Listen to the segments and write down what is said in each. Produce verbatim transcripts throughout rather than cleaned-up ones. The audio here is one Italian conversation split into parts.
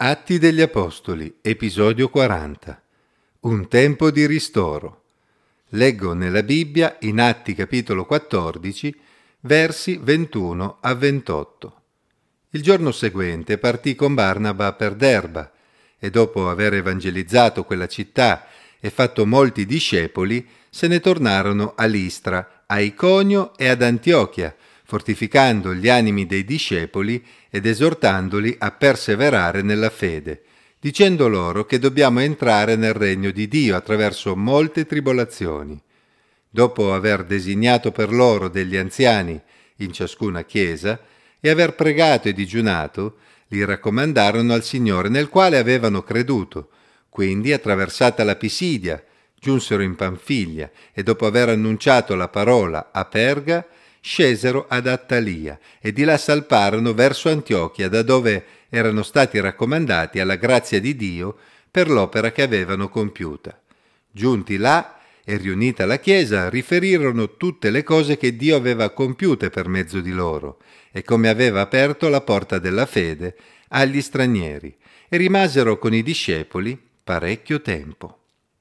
Atti degli Apostoli, episodio quaranta. Un tempo di ristoro. Leggo nella Bibbia in Atti capitolo quattordici, versi ventuno a ventotto. Il giorno seguente partì con Barnaba per Derba e dopo aver evangelizzato quella città e fatto molti discepoli, se ne tornarono a Listra, a Iconio e ad Antiochia, fortificando gli animi dei discepoli ed esortandoli a perseverare nella fede, dicendo loro che dobbiamo entrare nel regno di Dio attraverso molte tribolazioni. Dopo aver designato per loro degli anziani in ciascuna chiesa e aver pregato e digiunato, li raccomandarono al Signore nel quale avevano creduto. Quindi, attraversata la Pisidia, giunsero in Panfiglia e dopo aver annunciato la parola a Perga, scesero ad Attalia e di là salparono verso Antiochia, da dove erano stati raccomandati alla grazia di Dio per l'opera che avevano compiuta. Giunti là e riunita la Chiesa, riferirono tutte le cose che Dio aveva compiute per mezzo di loro e come aveva aperto la porta della fede agli stranieri, e rimasero con i discepoli parecchio tempo.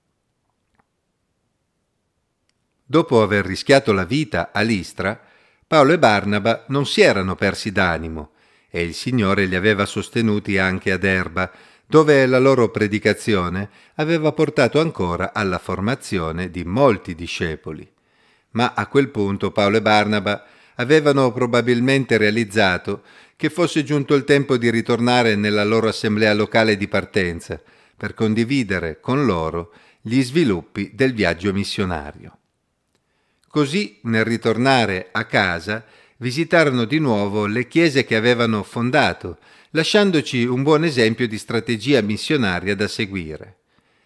Dopo aver rischiato la vita a Listra, Paolo e Barnaba non si erano persi d'animo e il Signore li aveva sostenuti anche a Derba, dove la loro predicazione aveva portato ancora alla formazione di molti discepoli. Ma a quel punto Paolo e Barnaba avevano probabilmente realizzato che fosse giunto il tempo di ritornare nella loro assemblea locale di partenza per condividere con loro gli sviluppi del viaggio missionario. Così, nel ritornare a casa, visitarono di nuovo le chiese che avevano fondato, lasciandoci un buon esempio di strategia missionaria da seguire.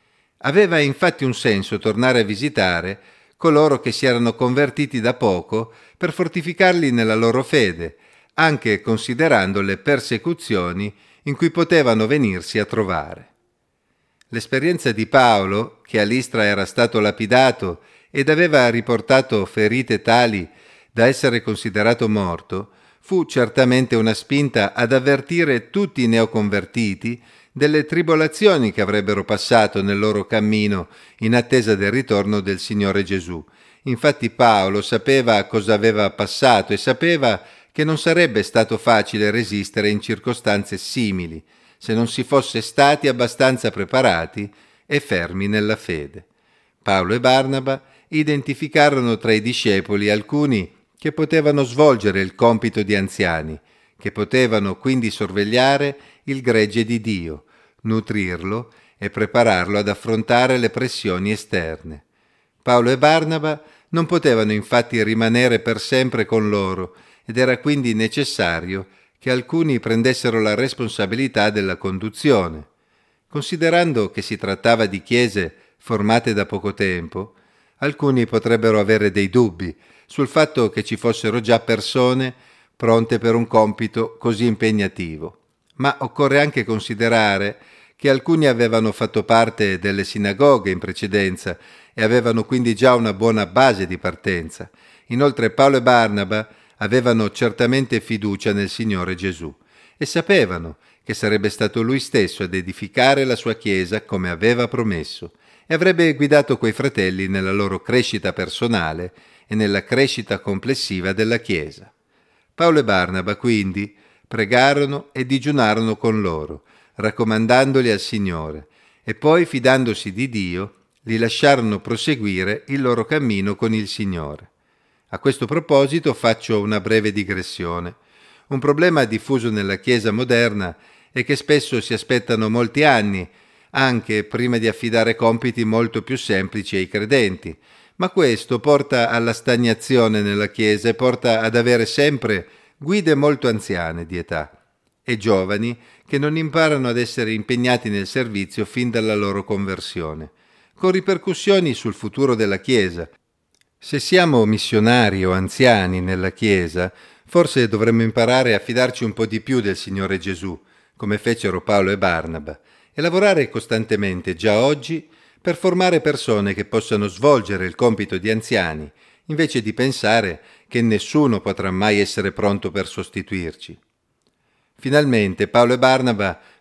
Aveva infatti un senso tornare a visitare coloro che si erano convertiti da poco per fortificarli nella loro fede, anche considerando le persecuzioni in cui potevano venirsi a trovare. L'esperienza di Paolo, che a Listra era stato lapidato ed aveva riportato ferite tali da essere considerato morto, fu certamente una spinta ad avvertire tutti i neoconvertiti delle tribolazioni che avrebbero passato nel loro cammino in attesa del ritorno del Signore Gesù. Infatti Paolo sapeva cosa aveva passato e sapeva che non sarebbe stato facile resistere in circostanze simili se non si fosse stati abbastanza preparati e fermi nella fede. Paolo e Barnaba identificarono tra i discepoli alcuni che potevano svolgere il compito di anziani, che potevano quindi sorvegliare il gregge di Dio, nutrirlo e prepararlo ad affrontare le pressioni esterne. Paolo e Barnaba non potevano infatti rimanere per sempre con loro ed era quindi necessario che alcuni prendessero la responsabilità della conduzione. Considerando che si trattava di chiese formate da poco tempo, alcuni potrebbero avere dei dubbi sul fatto che ci fossero già persone pronte per un compito così impegnativo. Ma occorre anche considerare che alcuni avevano fatto parte delle sinagoghe in precedenza e avevano quindi già una buona base di partenza. Inoltre Paolo e Barnaba avevano certamente fiducia nel Signore Gesù e sapevano che sarebbe stato Lui stesso ad edificare la sua Chiesa come aveva promesso e avrebbe guidato quei fratelli nella loro crescita personale e nella crescita complessiva della Chiesa. Paolo e Barnaba quindi pregarono e digiunarono con loro, raccomandandoli al Signore, e poi, fidandosi di Dio, li lasciarono proseguire il loro cammino con il Signore. A questo proposito faccio una breve digressione. Un problema diffuso nella Chiesa moderna è che spesso si aspettano molti anni anche prima di affidare compiti molto più semplici ai credenti, ma questo porta alla stagnazione nella Chiesa e porta ad avere sempre guide molto anziane di età e giovani che non imparano ad essere impegnati nel servizio fin dalla loro conversione, con ripercussioni sul futuro della Chiesa. Se siamo missionari o anziani nella Chiesa, forse dovremmo imparare a fidarci un po' di più del Signore Gesù, come fecero Paolo e Barnaba, e lavorare costantemente già oggi per formare persone che possano svolgere il compito di anziani, invece di pensare che nessuno potrà mai essere pronto per sostituirci. Finalmente Paolo e Barnaba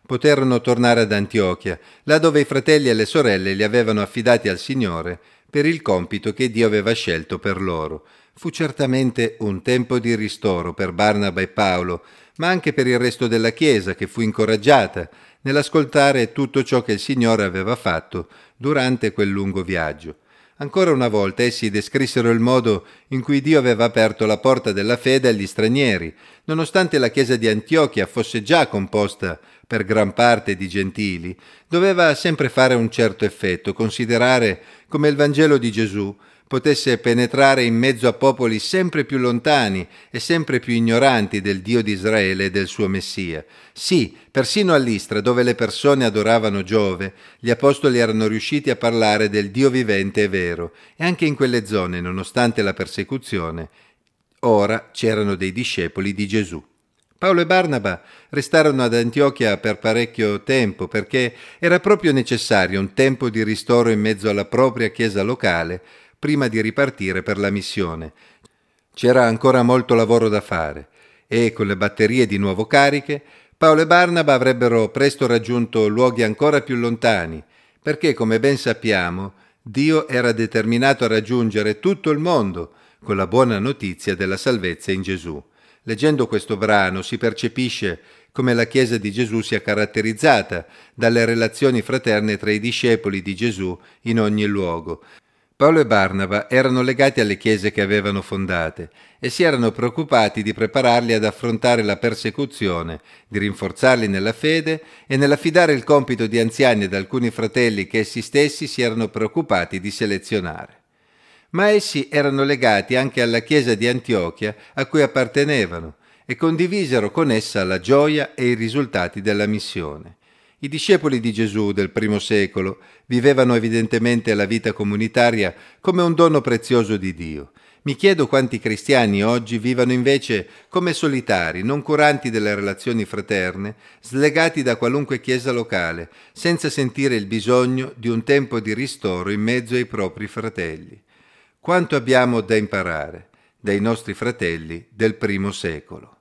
poterono tornare ad Antiochia, là dove i fratelli e le sorelle li avevano affidati al Signore per il compito che Dio aveva scelto per loro. Fu certamente un tempo di ristoro per Barnaba e Paolo, ma anche per il resto della Chiesa, che fu incoraggiata nell'ascoltare tutto ciò che il Signore aveva fatto durante quel lungo viaggio. Ancora una volta essi descrissero il modo in cui Dio aveva aperto la porta della fede agli stranieri, nonostante la Chiesa di Antiochia fosse già composta per gran parte di gentili. Doveva sempre fare un certo effetto, considerare come il Vangelo di Gesù potesse penetrare in mezzo a popoli sempre più lontani e sempre più ignoranti del Dio di Israele e del suo Messia. Sì, persino a Listra, dove le persone adoravano Giove, gli apostoli erano riusciti a parlare del Dio vivente e vero, e anche in quelle zone, nonostante la persecuzione, ora c'erano dei discepoli di Gesù. Paolo e Barnaba restarono ad Antiochia per parecchio tempo, perché era proprio necessario un tempo di ristoro in mezzo alla propria chiesa locale prima di ripartire per la missione. C'era ancora molto lavoro da fare e, con le batterie di nuovo cariche, Paolo e Barnaba avrebbero presto raggiunto luoghi ancora più lontani, perché, come ben sappiamo, Dio era determinato a raggiungere tutto il mondo con la buona notizia della salvezza in Gesù. Leggendo questo brano si percepisce come la Chiesa di Gesù sia caratterizzata dalle relazioni fraterne tra i discepoli di Gesù in ogni luogo. Paolo e Barnaba erano legati alle chiese che avevano fondate e si erano preoccupati di prepararli ad affrontare la persecuzione, di rinforzarli nella fede e nell'affidare il compito di anziani ad alcuni fratelli che essi stessi si erano preoccupati di selezionare. Ma essi erano legati anche alla chiesa di Antiochia a cui appartenevano e condivisero con essa la gioia e i risultati della missione. I discepoli di Gesù del primo secolo vivevano evidentemente la vita comunitaria come un dono prezioso di Dio. Mi chiedo quanti cristiani oggi vivano invece come solitari, non curanti delle relazioni fraterne, slegati da qualunque chiesa locale, senza sentire il bisogno di un tempo di ristoro in mezzo ai propri fratelli. Quanto abbiamo da imparare dai nostri fratelli del primo secolo.